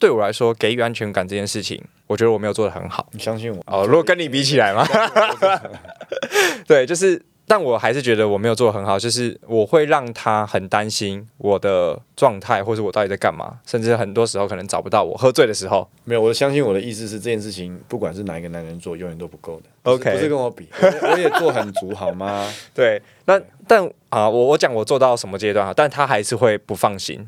对我来说，给予安全感这件事情，我觉得我没有做得很好。 你相信我哦，如果跟你比起来嘛，对，就是，但我还是觉得我没有做得很好，就是我会让他很担心我的状态，或是我到底在干嘛，甚至很多时候可能找不到我，喝醉的时候。 没有，我相信我的意思是，这件事情不管是哪一个男人做，永远都不够的。 OK， 不是跟我比，我也做很足，好吗？ 对，但我讲我做到什么阶段啊？但他还是会不放心。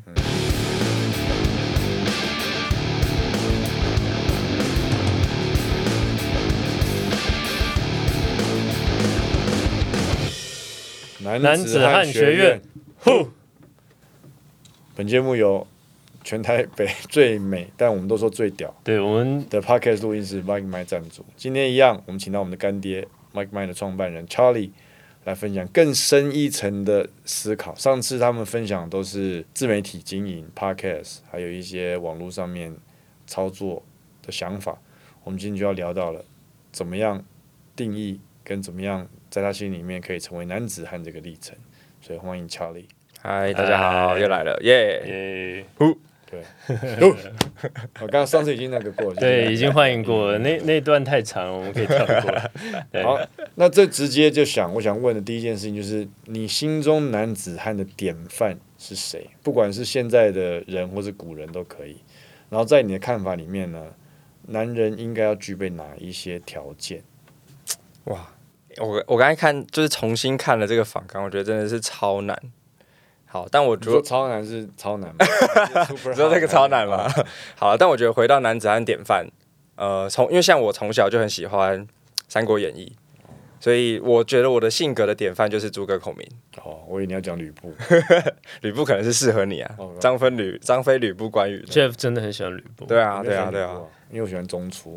男子汉学院，本节目由全台北最美，但我们都说最屌， 对我们的 Podcast 录音室 Mike Mike 赞助。今天一样，我们请到我们的干爹 Mike Mike 的创办人 Charlie 来分享更深一层的思考。上次他们分享都是自媒体经营 Podcast， 还有一些网络上面操作的想法。我们今天就要聊到了怎么样定义跟怎么样在他心里面可以成为男子汉这个历程。所以欢迎 Charlie。 嗨，大家好，又来了，耶！ 对，我刚刚上次已经那个过了， 对，已经欢迎过了，那段太长了，我们可以跳过。 好，那这直接就我想问的第一件事情就是，你心中男子汉的典范是谁？不管是现在的人或是古人都可以。然后在你的看法里面呢，男人应该要具备哪一些条件？ 哇，我刚才看就是重新看了这个访纲，我觉得真的是超难。好，但我觉得超难是超难吗？ 你知道这个超难吗？好，但我觉得回到男子汉典范，因为像我从小就很喜欢《三国演义》，所以我觉得我的性格的典范就是诸葛孔明。 哦，我以为你要讲吕布， 吕布可能是适合你啊。张飞、吕布、关羽。 Jeff 真的很喜欢吕布。 对啊， 因为我喜欢中出。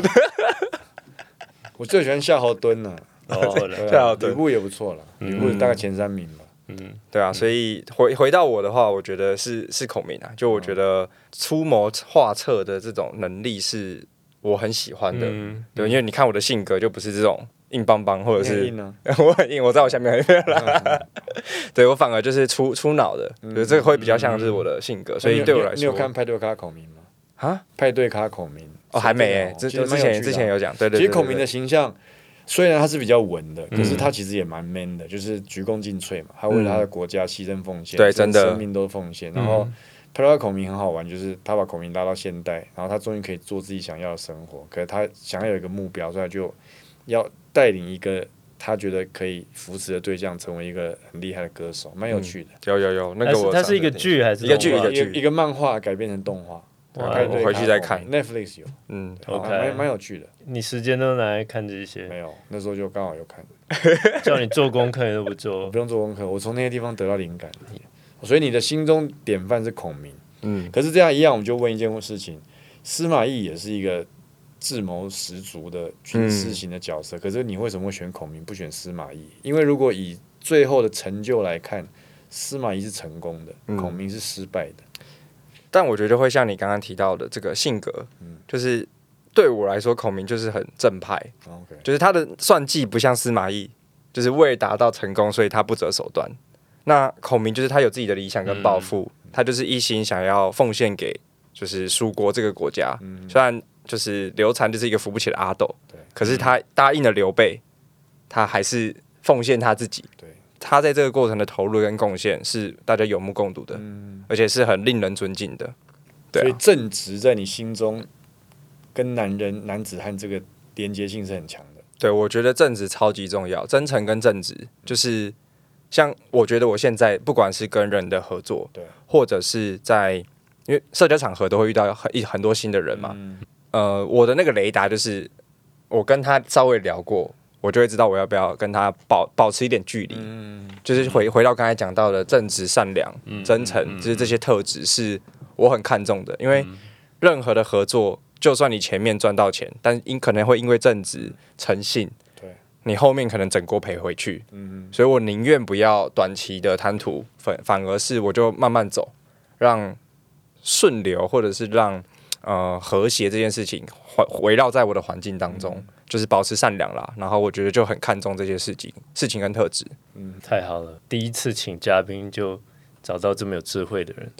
我最喜欢夏侯惇了。吕布也不错了，吕布大概前3名吧。 对啊，所以回到我的话，我觉得是孔明啊。就我觉得出谋划策的这种能力是我很喜欢的。对，因为你看我的性格就不是这种硬邦邦，或者是我很硬，我在我下面很硬啦。对，我反而就是出脑的，所以这个会比较像是我的性格。所以对我来说， 你有看派对咖孔明吗？ 啊， 派对咖孔明哦，还没之前有讲，对。 其实孔明的形象。虽然他是比较稳的，可是他其实也蛮 man 的，就是鞠躬尽瘁嘛，他为了他的国家牺牲奉献， 对，真的生命都奉献。然后派对孔明很好玩，就是他把孔明拉到现代，然后他终于可以做自己想要的生活。可是他想要有一个目标，所以他就要带领一个他觉得可以扶持的对象，成为一个很厉害的歌手，蛮有趣的。 有，那个它是一个剧还是一个剧？ 一个漫画改编成动画。 我回去再看 ，Netflix 有，OK，蛮有趣的。 你时间都拿来看这些？ 没有，那时候就刚好有看。 叫你做功课你都不做， 我不用做功课，我从那些地方得到灵感。所以你的心中典范是孔明，可是这样一样，我们就问一件事情：司马懿也是一个智谋十足的军事型的角色，可是你为什么会选孔明不选司马懿？因为如果以最后的成就来看，司马懿是成功的，孔明是失败的。 但我觉得会像你刚刚提到的这个性格，就是对我来说，孔明就是很正派，就是他的算计不像司马懿，就是为了达到成功，所以他不择手段。那孔明就是他有自己的理想跟抱负，他就是一心想要奉献给就是蜀国这个国家。虽然就是刘禅就是一个扶不起的阿斗，可是他答应了刘备，他还是奉献他自己。他在这个过程的投入跟贡献是大家有目共睹的，而且是很令人尊敬的。对啊， 所以正直在你心中跟男子汉这个连结性是很强的。 对，我觉得正直超级重要，真诚跟正直就是像我觉得我现在不管是跟人的合作，或者是在因为社交场合都会遇到很多新的人嘛，我的那个雷达就是我跟他稍微聊过。我就会知道我要不要跟他保持一点距离，就是回到刚才讲到的正直、善良、真诚，就是这些特质是我很看重的。因为任何的合作，就算你前面赚到钱，但可能会因为正直、诚信，你后面可能整锅赔回去。所以我宁愿不要短期的贪图，反而是我就慢慢走，让顺流或者是让和谐这件事情围绕在我的环境当中。就是保持善良啦，然后我觉得就很看重这些事情跟特质。 太好了，第一次请嘉宾就找到这么有智慧的人。 对，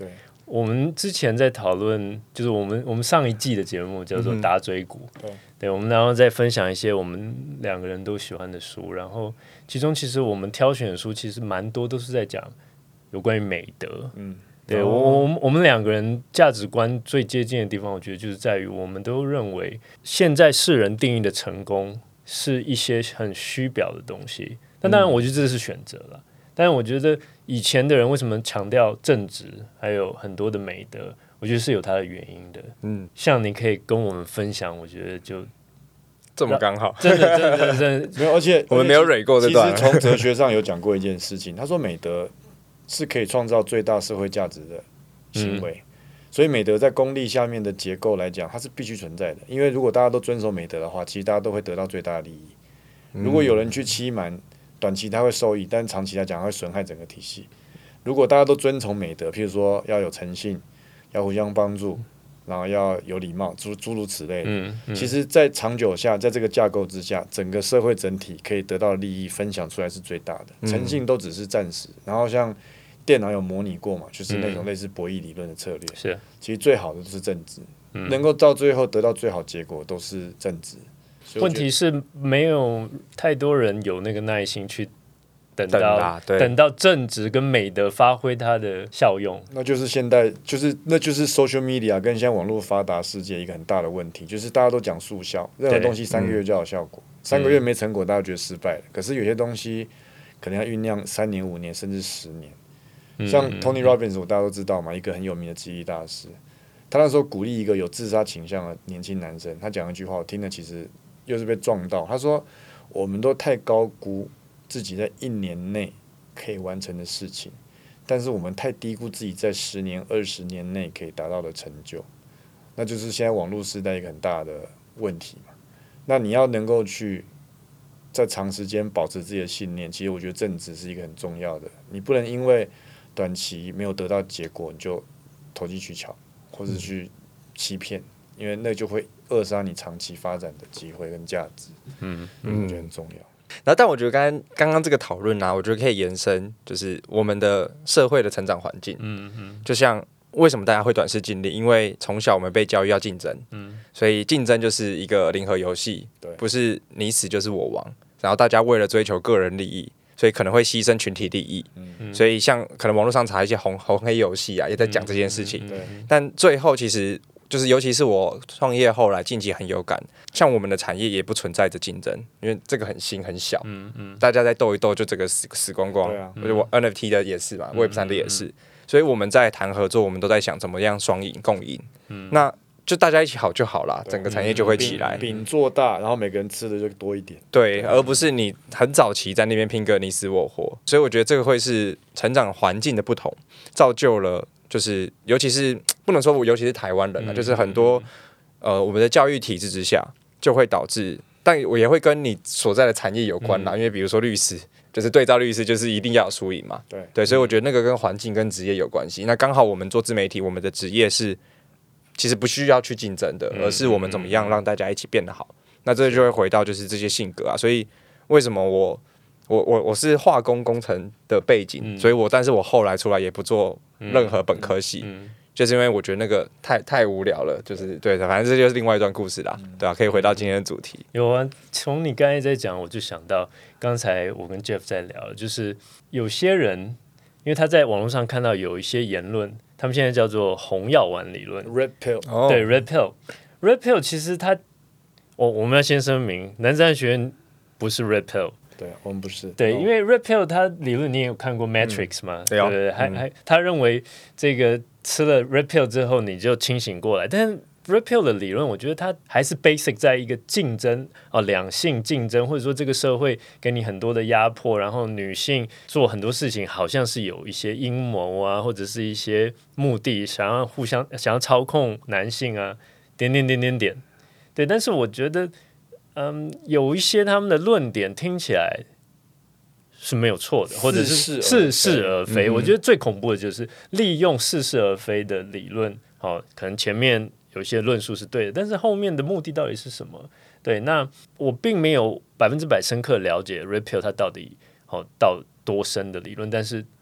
我们之前在讨论，就是我们上一季的节目叫做打嘴鼓，对，我们然后再分享一些我们两个人都喜欢的书，然后其中其实我们挑选的书其实蛮多都是在讲有关于美德，对，我们两个人价值观最接近的地方，我觉得就是在于我们都认为现在世人定义的成功是一些很虚表的东西，但当然我觉得这是选择了。但是我觉得以前的人为什么强调正直，还有很多的美德，我觉得是有它的原因的。像你可以跟我们分享，我觉得就这么刚好， 真的没有，而且我们没有蕊过这段。 其实从哲学上有讲过一件事情，他说美德是可以创造最大社会价值的行为，所以美德在公利下面的结构来讲，它是必须存在的。因为如果大家都遵守美德的话，其实大家都会得到最大的利益。如果有人去欺瞒，短期他会受益，但长期来讲会损害整个体系。如果大家都遵从美德，譬如说要有诚信，要互相帮助，然后要有礼貌，诸如此类的。其实，在长久下，在这个架构之下，整个社会整体可以得到的利益分享出来是最大的。诚信都只是暂时，然后像电脑有模拟过嘛，就是那种类似博弈理论的策略。 是， 其实最好的都是正直，能够到最后得到最好结果都是正直。 问题是没有太多人有那个耐心去等到正直跟美德发挥它的效用， 那就是现代，那就是 social media 跟现在网络发达世界一个很大的问题，就是大家都讲速效，任何东西3个月就有效果，3个月没成果，大家觉得失败了。可是有些东西可能要酝酿3年、5年，甚至10年。像 Tony Robbins， 大家都知道嘛，一个很有名的激励大师。他那时候鼓励一个有自杀倾向的年轻男生，他讲一句话，我听了其实又是被撞到。他说：“我们都太高估自己在1年内可以完成的事情，但是我们太低估自己在10年、20年内可以达到的成就。那就是现在网络时代一个很大的问题嘛。那你要能够去在长时间保持自己的信念，其实我觉得正直是一个很重要的。你不能因为短期没有得到结果，你就投机取巧，或是去欺骗，因为那就会扼杀你长期发展的机会跟价值。我觉得很重要。 然后，但我觉得刚刚这个讨论啊，我觉得可以延伸，就是我们的社会的成长环境。就像为什么大家会短视近利？因为从小我们被教育要竞争，所以竞争就是一个零和游戏，不是你死就是我亡。然后大家为了追求个人利益，所以可能会牺牲群体利益。所以像可能网络上查一些红黑游戏啊，也在讲这件事情。但最后其实就是，尤其是我创业后来近期很有感，像我们的产业也不存在着竞争，因为这个很新很小，大家在斗一斗就这个死光光。我 NFT 的也是嘛，Web3 的也是，所以我们在谈合作，我们都在想怎么样双赢共赢。那就大家一起好就好啦，整个产业就会起来。 饼做大，然后每个人吃的就多一点。 对，而不是你很早期在那边拼个你死我活。所以我觉得这个会是成长环境的不同，造就了。就是尤其是不能说尤其是台湾人就是很多我们的教育体制之下，就会导致，但我也会跟你所在的产业有关啦。因为比如说律师，就是对照律师，就是一定要有输赢嘛。对，所以我觉得那个跟环境跟职业有关系。那刚好我们做自媒体，我们的职业是其实不需要去竞争的，而是我们怎么样让大家一起变得好。那这就会回到就是这些性格啊。所以为什么我是化工工程的背景，所以但是我后来出来也不做任何本科系，就是因为我觉得那个太无聊了，就是对的，反正这就是另外一段故事啦，对啊，可以回到今天的主题。 有啊，从你刚才在讲，我就想到刚才我跟 Jeff 在聊，就是有些人，因为他在网络上看到有一些言论，他们现在叫做红药丸理论 ，Red Pill， 对 Red Pill，Red Pill 其实我们要先声明，南山学院不是 Red Pill。 对，我们不是。 对，因为 Red Pill 它理论你也有看过 Matrix 嘛？对，他认为这个吃了 Red Pill 之后你就清醒过来，但是 Red Pill 的理论，我觉得它还是 basic 在一个竞争两性竞争，或者说这个社会给你很多的压迫，然后女性做很多事情好像是有一些阴谋啊，或者是一些目的，想要操控男性啊，点。对，但是我觉得。有一些他们的论点听起来是没有错的，或者是似是而非。我觉得最恐怖的就是利用似是而非的理论，可能前面有些论述是对的，但是后面的目的到底是什么？对，那我并没有100%深刻了解 Red Pill 它到底到多深的理论，但是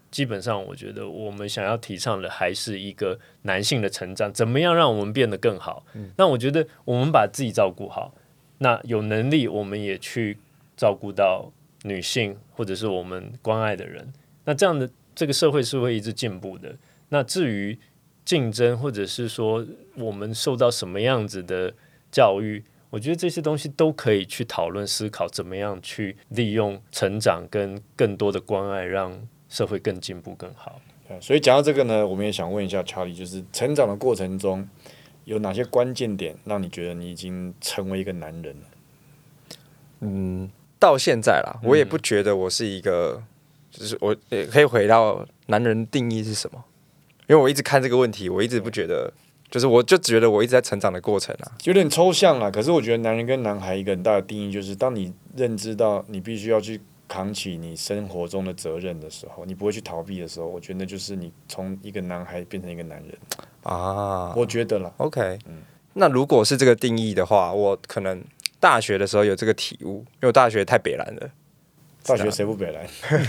基本上我觉得我们想要提倡的还是一个男性的成长，怎么样让我们变得更好。那我觉得我们把自己照顾好，那有能力我们也去照顾到女性或者是我们关爱的人，那这样的这个社会是会一直进步的。那至于竞争或者是说我们受到什么样子的教育，我觉得这些东西都可以去讨论思考，怎么样去利用成长跟更多的关爱，让社会更进步更好。 所以讲到这个呢，我们也想问一下查理，就是成长的过程中有哪些关键点让你觉得你已经成为一个男人了？ 到现在啦，我也不觉得我是一个，就是我也可以回到男人定义是什么，因为我一直看这个问题，我一直不觉得。就是我就觉得我一直在成长的过程啊， 有点抽象啦。可是我觉得男人跟男孩一个很大的定义就是，当你认知到你必须要去扛起你生活中的责任的时候，你不会去逃避的时候，我觉得那就是你从一个男孩变成一个男人啊。我觉得啦 ，OK，那如果是这个定义的话，我可能大学的时候有这个体悟，因为我大学太北蓝了。 大学谁不北蓝？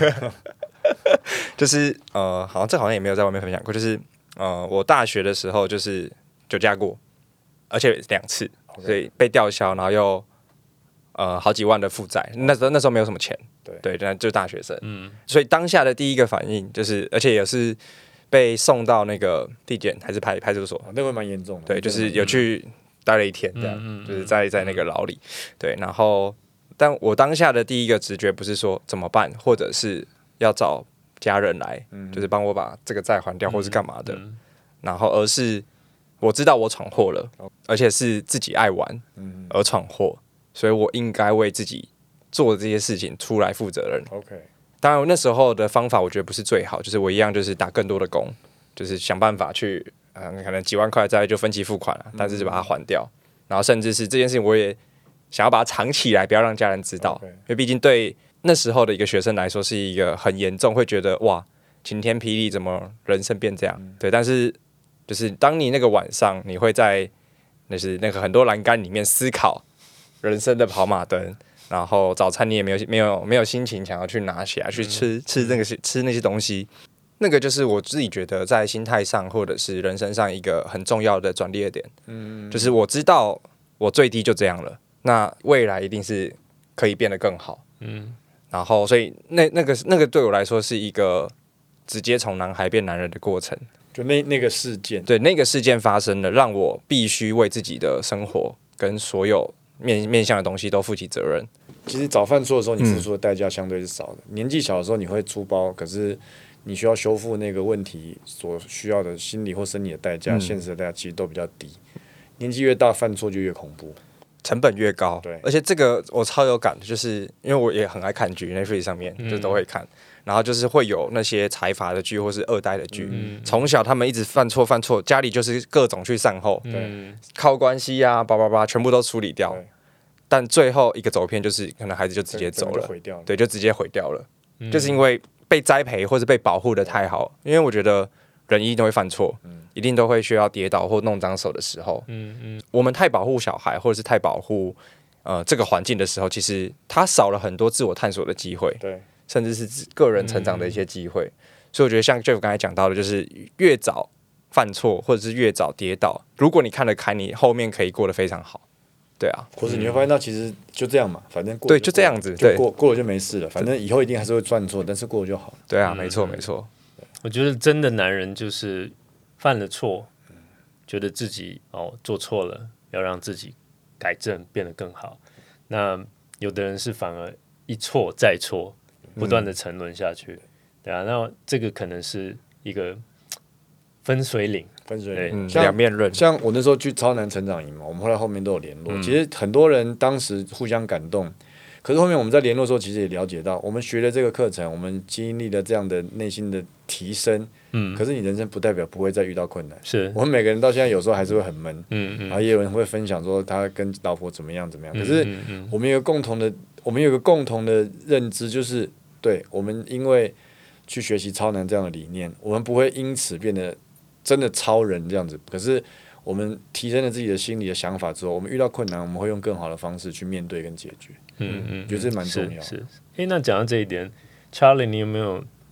就是好像这好像也没有在外面分享过，就是。我大学的时候就是酒驾过，而且2次，所以被吊销，然后又好几万的负债。那时候没有什么钱，对，那就是大学生。所以当下的第一个反应就是，而且也是被送到那个地检还是派出所， 那会蛮严重的。 对，就是有去待了1天，这样，就是在那个牢里。对，然后，但我当下的第一个直觉不是说怎么办，或者是要找家人来，就是帮我把这个债还掉，或是干嘛的。然后，而是我知道我闯祸了，而且是自己爱玩而闯祸，所以我应该为自己做的这些事情出来负责任。当然那时候的方法我觉得不是最好，就是我一样就是打更多的工，就是想办法去可能几万块债就分期付款了，但是就把它还掉。然后甚至是这件事情我也想要把它藏起来，不要让家人知道，因为毕竟对那时候的一个学生来说是一个很严重，会觉得哇晴天霹雳，怎么人生变这样？对，但是就是当你那个晚上，你会在那个很多栏杆里面思考人生的跑马灯，然后早餐你也没有心情想要去拿起来去吃那些东西，那个就是我自己觉得在心态上或者是人生上一个很重要的转捩点。就是我知道我最低就这样了，那未来一定是可以变得更好。然后所以那个对我来说是一个直接从男孩变男人的过程。 就那个事件， 对，那个事件发生了，让我必须为自己的生活跟所有面向的东西都负起责任。 其实早犯错的时候，你付出的代价相对是少的。年纪小的时候你会出包，可是你需要修复那个问题所需要的心理或生理的代价、现实的代价其实都比较低。年纪越大，犯错就越恐怖， 成本越高。 对， 而且这个我超有感的，就是因为我也很爱看剧 ，Netflix 上面就都会看。然后就是会有那些财阀的剧或是2代的剧，从小他们一直犯错，家里就是各种去善后，靠关系啊，全部都处理掉。但最后一个走偏就是可能孩子就直接走了，对，就直接毁掉了。就是因为被栽培或是被保护的太好，因为我觉得人一定会犯错，一定都会需要跌倒或弄脏手的时候。我们太保护小孩或者是太保护这个环境的时候，其实他少了很多自我探索的机会。 对。 甚至是个人成长的一些机会，所以我觉得像 Jeff 刚才讲到的，就是越早犯错或者是越早跌倒，如果你看得开，你后面可以过得非常好，对啊。 或者你会发现到其实就这样嘛，反正过对就这样子，对， 过了就没事了，反正以后一定还是会犯错，但是过了就好。 对啊，没错。 我觉得真的男人就是犯了错，觉得自己做错了，要让自己改正变得更好。那有的人是反而一错再错。不断的沉沦下去，对啊，那这个可能是一个分水岭， 两面刃。 像我那时候去超男成长营嘛，我们后面都有联络。其实很多人当时互相感动，可是后面我们在联络的时候，其实也了解到，我们学了这个课程，我们经历了这样的内心的提升。可是你人生不代表不会再遇到困难。 是我们每个人到现在有时候还是会很闷。然后也有人会分享说他跟老婆怎么样。可是我们有一个共同的认知，就是对我们因为去学习超男这样的理念，我们不会因此变得真的超人这样子。可是我们提升了自己的心理的想法之后，我们遇到困难，我们会用更好的方式去面对跟解决。觉得这蛮重要的。 那讲到这一点 ，Charlie， 你有没有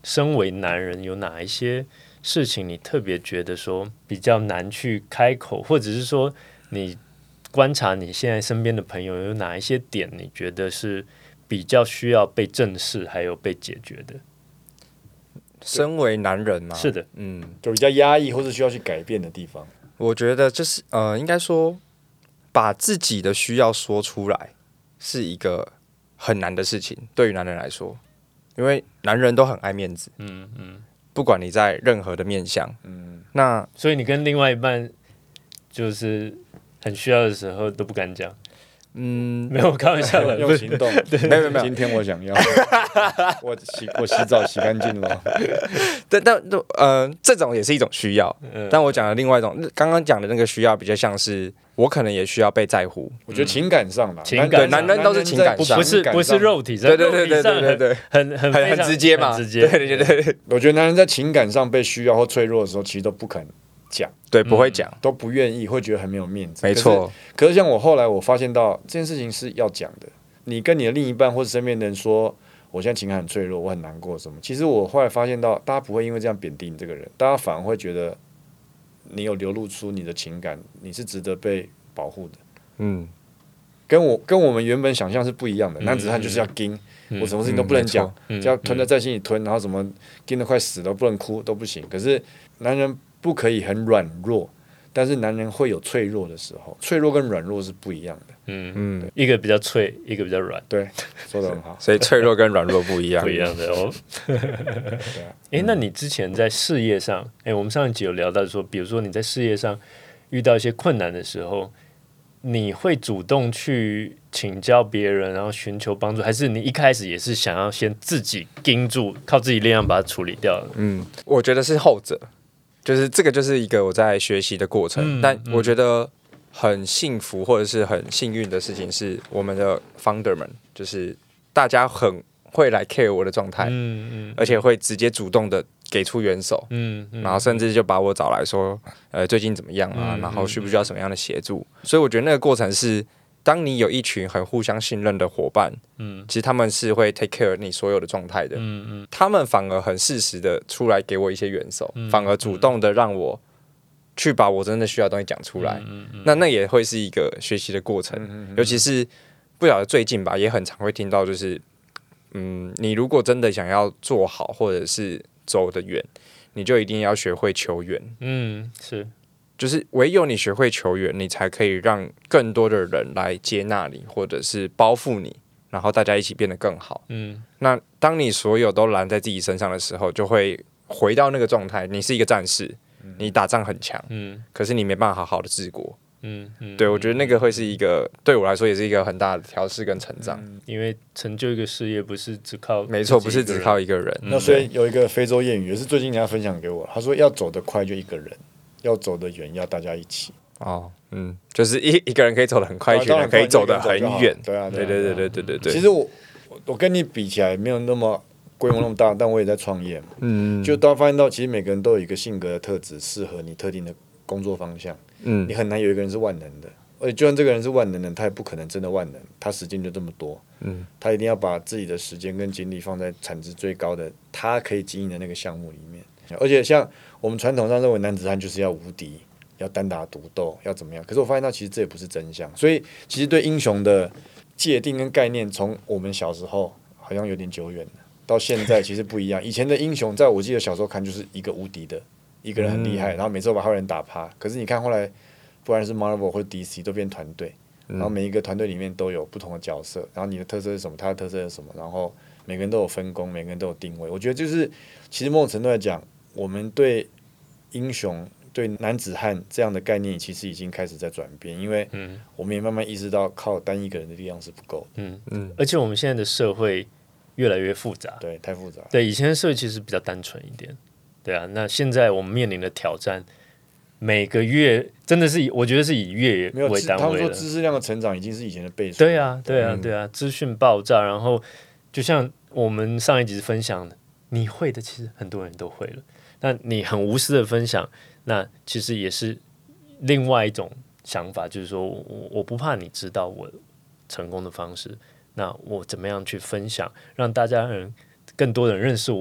身为男人有哪一些事情你特别觉得说比较难去开口，或者是说你观察你现在身边的朋友有哪一些点你觉得是比较需要被正视还有被解决的？ 身为男人嘛， 是的， 就比较压抑或是需要去改变的地方。 我觉得就是应该说把自己的需要说出来是一个很难的事情，对于男人来说，因为男人都很爱面子，不管你在任何的面向，那所以你跟另外一半就是很需要的时候都不敢讲。没有开玩笑的， 用行动。 没有。 今天我想要，我洗澡洗干净了。 但这种也是一种需要。但我讲的另外一种，刚刚讲的那个需要比较像是我可能也需要被在乎。 我觉得情感上嘛， 对男人都是情感上， 不是肉体上。 对，很直接嘛，对。 我觉得男人在情感上被需要或脆弱的时候，其实都不肯讲， 对，不会讲， 都不愿意，会觉得很没有面子。 没错。 可是像我后来我发现到这件事情是要讲的。你跟你的另一半或者身边的人说，我现在情感很脆弱，我很难过什么。其实我后来发现到，大家不会因为这样贬低你这个人，大家反而会觉得你有流露出你的情感，你是值得被保护的。跟我们原本想象是不一样的。男子汉就是要硬，我什么事情都不能讲，就要吞在心里吞，然后什么硬得快死了不能哭都不行。可是男人不可以很软弱，但是男人会有脆弱的时候，脆弱跟软弱是不一样的。 一个比较脆，一个比较软。 对，说得很好。 所以脆弱跟软弱不一样， 不一样的哦。那你之前在事业上，我们上一集有聊到说，比如说你在事业上遇到一些困难的时候，你会主动去请教别人，然后寻求帮助，还是你一开始也是想要先自己盯住，靠自己力量把它处理掉？ 我觉得是后者。就是这个就是一个我在学习的过程，但我觉得很幸福或者是很幸运的事情是，我们的 founder 们就是大家很会来 care 我的状态，而且会直接主动的给出援手，然后甚至就把我找来说，最近怎么样啊，然后需不需要什么样的协助？所以我觉得那个过程是，当你有一群很互相信任的伙伴，其实他们是会 take care 你所有的状态的，他们反而很适时的出来给我一些援手，反而主动的让我去把我真的需要的东西讲出来，那也会是一个学习的过程，尤其是不晓得最近吧，也很常会听到就是，你如果真的想要做好或者是走得远，你就一定要学会求援， 是。 就是唯有你学会求援，你才可以让更多的人来接纳你，或者是包覆你，然后大家一起变得更好。那当你所有都揽在自己身上的时候，就会回到那个状态。你是一个战士，你打仗很强，可是你没办法好好的治国。对，我觉得那个会是一个对我来说也是一个很大的调试跟成长。 因为成就一个事业不是只靠， 没错，不是只靠一个人。 那所以有一个非洲谚语，也是最近人家分享给我，他说要走得快就一个人。要走得远，要大家一起。 就是一个人可以走得很快，一群人可以走得很远。 对。其实我跟你比起来没有那么规模那么大，但我也在创业嘛。就大家发现到，其实每个人都有一个性格的特质，适合你特定的工作方向。你很难有一个人是万能的，而且就算这个人是万能的，他也不可能真的万能，他时间就这么多。他一定要把自己的时间跟精力放在产值最高的，他可以经营的那个项目里面。而且像我们传统上认为男子汉就是要无敌，要单打独斗，要怎么样？可是我发现到其实这也不是真相。所以其实对英雄的界定跟概念，从我们小时候好像有点久远了，到现在其实不一样。以前的英雄，在我记得小时候看就是一个无敌的，一个人很厉害，然后每次都把坏人打趴。可是你看后来，不管是 Marvel 或 DC 都变团队，然后每一个团队里面都有不同的角色，然后你的特色是什么，他的特色是什么，然后每个人都有分工，每个人都有定位。我觉得就是其实某种程度来讲，我们对英雄、对男子汉这样的概念，其实已经开始在转变，因为我们也慢慢意识到，靠单一个人的力量是不够的。 而且我们现在的社会越来越复杂， 对，太复杂。 对，以前的社会其实比较单纯一点，对啊。那现在我们面临的挑战，每个月真的是我觉得是以月为单位的。 他们说知识量的成长已经是以前的倍数。 对啊，资讯爆炸，然后就像我们上一集分享的，你会的其实很多人都会了。那你很无私的分享，那其实也是另外一种想法，就是说我不怕你知道我成功的方式，那我怎么样去分享，让大家更多人认识我，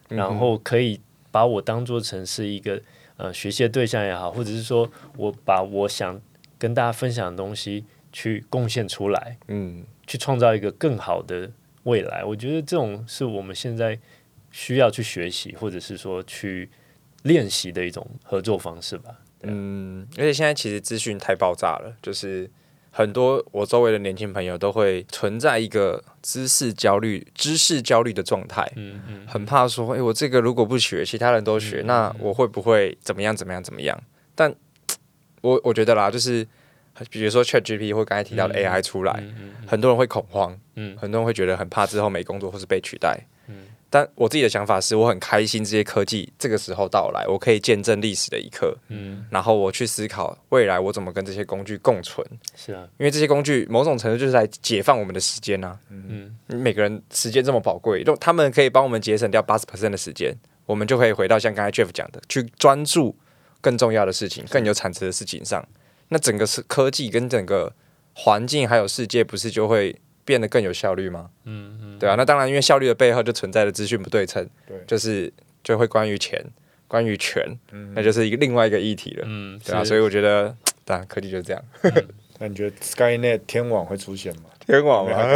然后可以把我当做成是一个学习的对象也好，或者是说我把我想跟大家分享的东西去贡献出来，去创造一个更好的未来。我觉得这种是我们现在需要去学习，或者是说去练习的一种合作方式吧。 而且现在其实资讯太爆炸了，就是很多我周围的年轻朋友都会存在一个知识焦虑的状态，很怕说，我这个如果不学，其他人都学，那我会不会怎么样？但我觉得啦，就是比如说 ChatGPT 或刚才提到的 AI 出来，很多人会恐慌，很多人会觉得很怕之后没工作或是被取代。但我自己的想法是，我很开心这些科技这个时候到来，我可以见证历史的一刻，然后我去思考未来我怎么跟这些工具共存。 是啊， 因为这些工具某种程度就是来解放我们的时间啊。每个人时间这么宝贵，他们可以帮我们节省掉80% 的时间，我们就可以回到像刚才 Jeff 讲的，去专注更重要的事情、更有产值的事情上。那整个科技跟整个环境还有世界，不是就会变得更有效率吗？对啊，那当然，因为效率的背后就存在的资讯不对称，就会关于钱、关于权，那就是另外一个议题了。对啊，所以我觉得，当然科技就是这样。 那你觉得 Skynet 天网会出现吗？ 天网吗？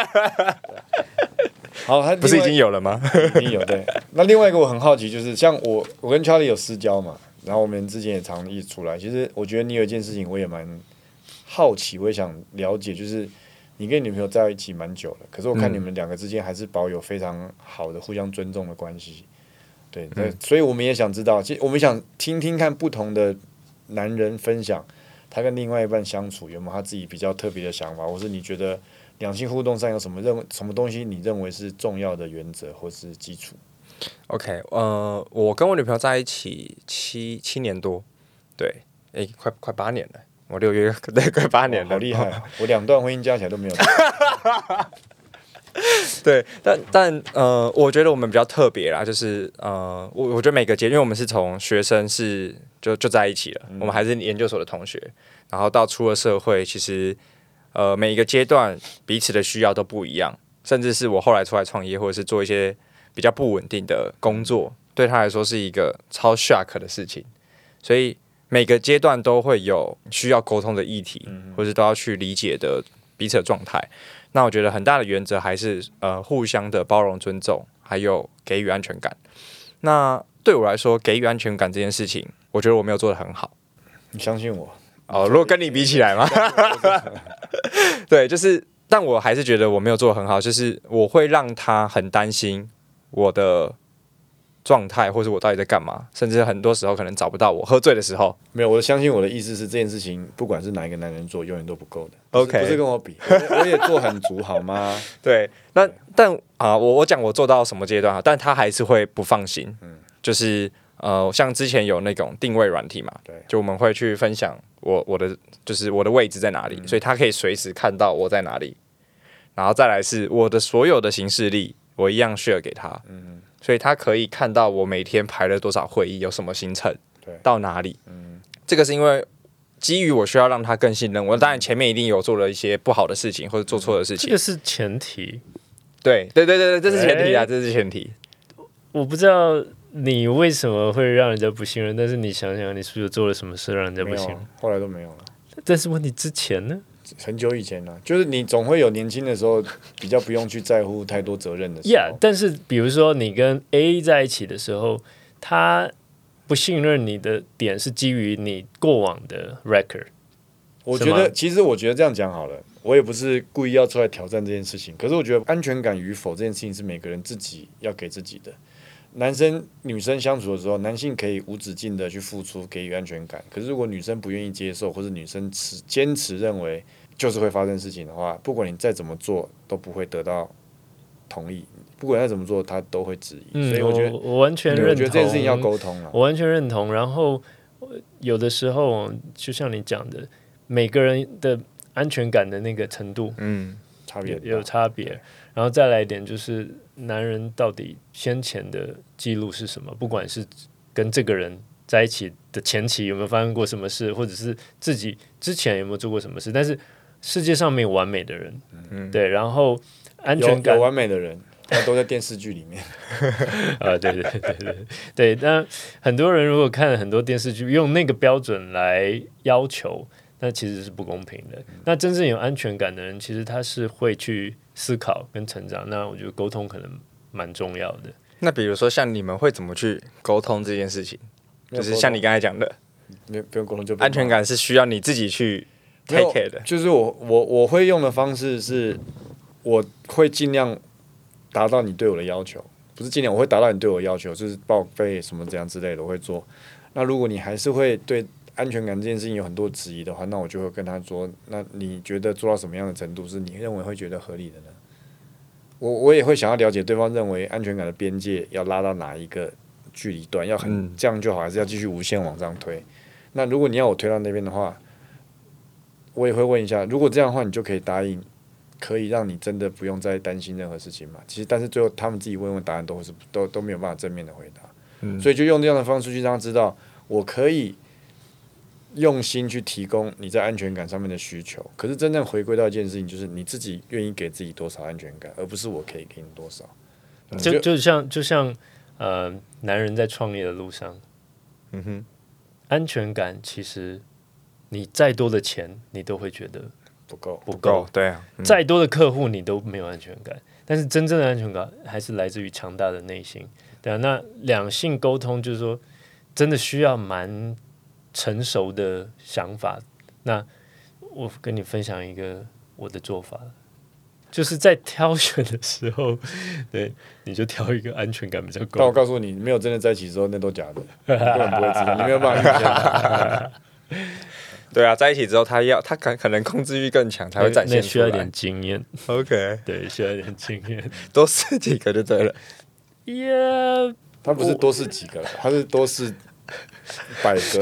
好， 不是已经有了吗？ 已经有，对。那另外一个我很好奇，就是像我跟 Charlie 有私交嘛，然后我们之前也常一起出来。其实我觉得你有一件事情我也蛮好奇，我也想了解，就是你跟你女朋友在一起蛮久了，可是我看你们两个之间还是保有非常好的互相尊重的关系。对，所以我们也想知道，其实我们想听听看不同的男人分享他跟另外一半相处有没有他自己比较特别的想法，或是你觉得两性互动上有什么东西你认为是重要的原则或是基础 ？OK， 我跟我女朋友在一起七年多，对，快8年了。我6月对快8年了， 好厉害！我2段婚姻加起来都没有。 对，但我觉得我们比较特别啦，就是我觉得每个因为我们是从学生就在一起了，我们还是研究所的同学，然后到出了社会，其实每一个阶段彼此的需要都不一样，甚至是我后来出来创业，或者是做一些比较不稳定的工作，对他来说是一个超 shock 的事情，所以每个阶段都会有需要沟通的议题，或是都要去理解的彼此的状态。那我觉得很大的原则还是互相的包容、尊重，还有给予安全感。那对我来说，给予安全感这件事情，我觉得我没有做得很好。 你相信我？ 如果跟你比起来嘛，对，就是，但我还是觉得我没有做得很好，就是我会让他很担心我的状态，或是我到底在干嘛，甚至很多时候可能找不到我喝醉的时候。 没有，我相信我的意思是这件事情，不管是哪一个男人做，永远都不够的。 OK， 不是跟我比，我也做很足，好吗？ 对，但我讲我做到什么阶段，但他还是会不放心。就是像之前有那种定位软体嘛， 对， 就我们会去分享我的位置在哪里，所以他可以随时看到我在哪里。然后再来是我的所有的行事历，我一样 share 给他。所以他可以看到我每天排了多少会议，有什么行程，到哪里。这个是因为基于我需要让他更信任我，当然前面一定有做了一些不好的事情或者做错的事情， 这个是前提。 对，这是前提啊，这是前提。 我不知道你为什么会让人家不信任，但是你想想，你是不是做了什么事让人家不信任？ 后来都没有了。 但是问题之前呢？ 很久以前了，就是你总会有年轻的时候比较不用去在乎太多责任的时候。 但是比如说你跟 A 在一起的时候，他不信任你的点是基于你过往的 record。 其实我觉得这样讲好了，我也不是故意要出来挑战这件事情。可是我觉得安全感与否这件事情是每个人自己要给自己的。男生女生相处的时候，男性可以无止境的去付出，给予安全感。可是如果女生不愿意接受，或者女生坚持认为就是会发生事情的话，不管你再怎么做都不会得到同意，不管再怎么做他都会质疑。所以我觉得我完全认同， 我觉得这件事情要沟通了。 我完全认同。然后有的时候就像你讲的，每个人的安全感的那个程度， 差别有差别。然后再来一点就是男人到底先前的记录是什么？不管是跟这个人在一起的前期有没有发生过什么事，或者是自己之前有没有做过什么事，但是世界上没有完美的人，对。然后安全感有完美的人， 他都在电视剧里面。 对。那很多人如果看了很多电视剧，用那个标准来要求，那其实是不公平的。那真正有安全感的人，其实他是会去思考跟成长。那我觉得沟通可能蛮重要的。 那比如说像你们会怎么去沟通这件事情？就是像你刚才讲的， 不用沟通就安全感是需要你自己去 take care 的。 就是我会用的方式是，我会尽量达到你对我的要求，不是尽量，我会达到你对我的要求，就是报备什么这样之类的，我会做。那如果你还是会对安全感这件事情有很多质疑的话，那我就会跟他说，那你觉得做到什么样的程度是你认为会觉得合理的呢？我也会想要了解对方认为安全感的边界要拉到哪一个距离段，要这样就好，还是要继续无限往上推？那如果你要我推到那边的话，我也会问一下，如果这样的话，你就可以答应，可以让你真的不用再担心任何事情嘛？其实，但是最后他们自己问答案都没有办法正面的回答，所以就用这样的方式去让他知道，我可以用心去提供你在安全感上面的需求。可是真正回归到一件事情，就是你自己愿意给自己多少安全感，而不是我可以给你多少。 就像男人在创业的路上，安全感其实你再多的钱，你都会觉得不够， 对啊， 再多的客户你都没有安全感。但是真正的安全感还是来自于强大的内心。对啊，那两性沟通就是说，真的需要蛮成熟的想法。那我跟你分享一个我的做法，就是在挑选的时候，对，你就挑一个安全感比较够。 但我告诉你，没有真的在一起之后，那都假的，你根本不会知道，你没有办法预见。 对啊，在一起之后，他可能控制欲更强，才会展现出来。 那需要一点经验。 OK， 对，需要一点经验， 多试几个就对了。 Yeah， 他不是多试几个，他是多试100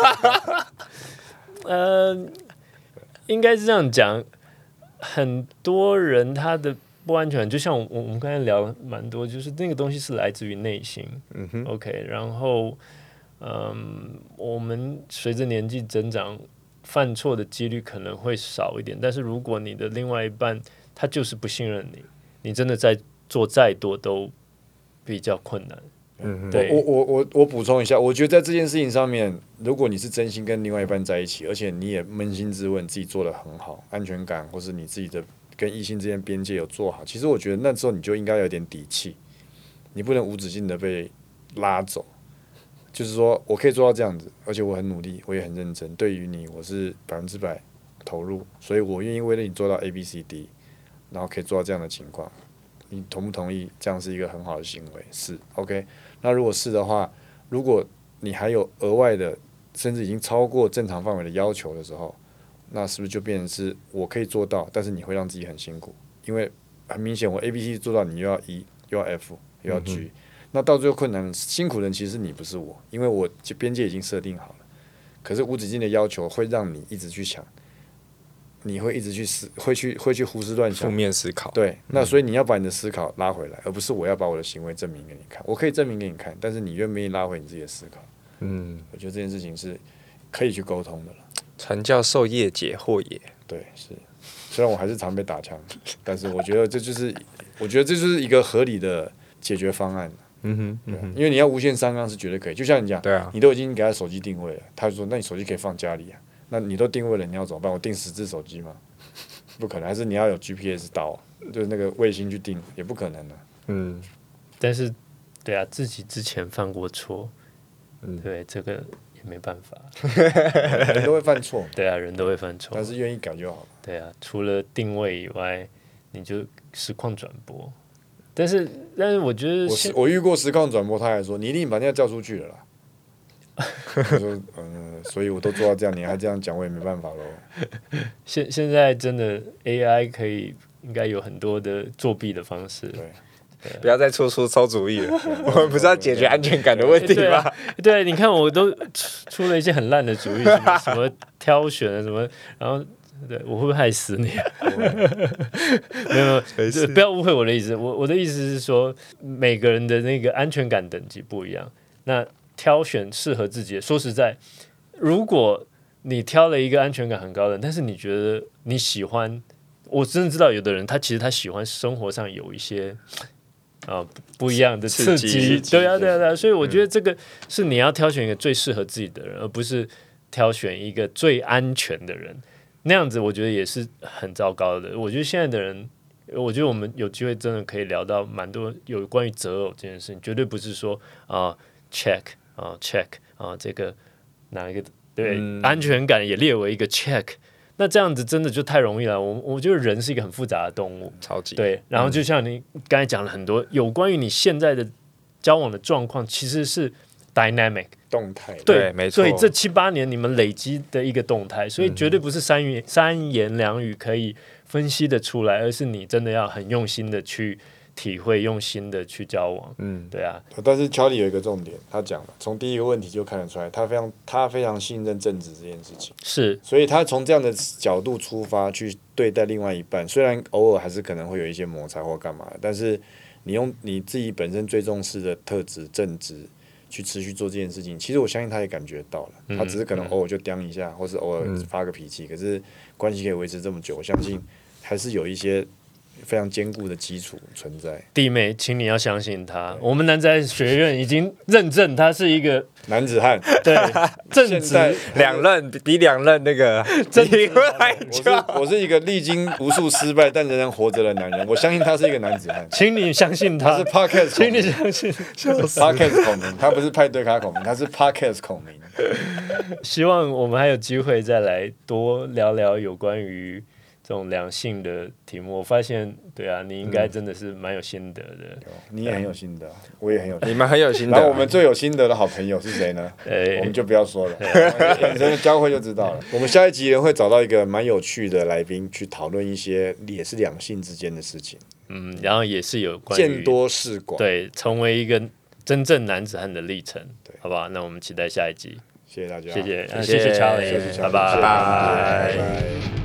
个。 应该是这样讲。很多人他的不安全感，就像我们刚才聊蛮多，就是那个东西是来自于内心。OK， 然后我们随着年纪增长，犯错的几率可能会少一点。但是如果你的另外一半他就是不信任你，你真的在做再多都比较困难。对， 我补充一下，我觉得在这件事情上面，如果你是真心跟另外一半在一起，而且你也扪心自问自己做得很好，安全感或是你自己的跟异性之间边界有做好，其实我觉得那时候你就应该有点底气，你不能无止境的被拉走。就是说我可以做到这样子，而且我很努力，我也很认真，对于你我是100%投入，所以我愿意为了你做到 ABCD， 然后可以做到这样的情况。你同不同意？这样是一个很好的行为，是 OK。那如果是的话，如果你还有额外的，甚至已经超过正常范围的要求的时候，那是不是就变成是我可以做到，但是你会让自己很辛苦？因为很明显，我 ABC 做到，你又要 E， 又要 F， 又要 G，那到最后困难辛苦的人其实是你，不是我，因为我边界已经设定好了。可是无止境的要求会让你一直去想。你会一直会去胡思乱想， 负面思考。 对，那所以你要把你的思考拉回来，而不是我要把我的行为证明给你看。我可以证明给你看，但是你愿不愿意拉回你自己的思考？我觉得这件事情是可以去沟通的了。 传教授业解惑也。 对，是。虽然我还是常被打枪，但是我觉得这就是一个合理的解决方案。因为你要无限上纲是绝对可以，就像你讲， 对啊， 你都已经给他手机定位了，他就说那你手机可以放家里啊。那你都定位了，你要怎么办？我定10只手机吗？不可能，还是你要有 GPS 导，就是那个卫星去定，也不可能的。 但是，对啊，自己之前犯过错，对这个也没办法。 人都会犯错， 对啊，人都会犯错， 但是愿意改就好了。 对啊，除了定位以外，你就实况转播。但是我觉得我遇过实况转播，他还说你一定把人家叫出去了啦。我说所以我都做到这样，你还这样讲，我也没办法咯。 现在真的 AI 应该有很多的作弊的方式。 对， 不要再抽主意了。我们不是要解决安全感的问题吗？ 对，你看我都出了一些很烂的主意，什么挑选什么，然后对我会不会害死你？没有，不要误会我的意思。我的意思是说，每个人的那个安全感等级不一样。那挑选适合自己的。说实在，如果你挑了一个安全感很高的人，但是你觉得你喜欢，我真的知道有的人他其实他喜欢生活上有一些不一样的刺激，对啊，所以我觉得这个是你要挑选一个最适合自己的人，而不是挑选一个最安全的人，那样子我觉得也是很糟糕的。我觉得现在的人，我觉得我们有机会真的可以聊到蛮多有关于择偶这件事情，绝对不是说check 这个哪一个对、安全感也列为一个 check。那这样子真的就太容易了。我觉得人是一个很复杂的动物， 超级对。然后就像你刚才讲了很多有关于你现在的交往的状况，其实是 dynamic 动态， 对，没错。 所以这7-8年你们累积的一个动态，所以绝对不是三言两语可以分析的出来，而是你真的要很用心的去体会，用心的去交往。对啊。 但是Charlie有一个重点，他讲了，从第一个问题就看得出来，他非常信任正直这件事情， 是， 所以他从这样的角度出发去对待另外一半，虽然偶尔还是可能会有一些摩擦或干嘛，但是你用你自己本身最重视的特质正直去持续做这件事情，其实我相信他也感觉到了，他只是可能偶尔就刁一下，或是偶尔发个脾气，可是关系可以维持这么久，我相信还是有一些非常坚固的基础存在。 弟妹，请你要相信他。我们男子汉学院已经认证他是一个男子汉， 对，正直 2任比2任那个正直我是一个历经无数失败但仍然活着的男人，我相信他是一个男子汉。 请你相信他。 他是 Podcast 请你相信 Podcast 孔明，他不是派对咖孔明，他是 Podcast 孔明。 希望我们还有机会再来多聊聊有关于这种两性的题目。我发现，对啊，你应该真的是蛮有心得的。 你也很有心得，我也很有心得， 你们很有心得。 然后我们最有心得的好朋友是谁呢？我们就不要说了，眼神的交汇就知道了。我们下一集会找到一个蛮有趣的来宾，去讨论一些也是两性之间的事情。 然后也是有关于见多识广， 对，成为一个真正男子汉的历程，对，好不好？那我们期待下一集。 谢谢大家， 谢谢 Charlie，拜拜。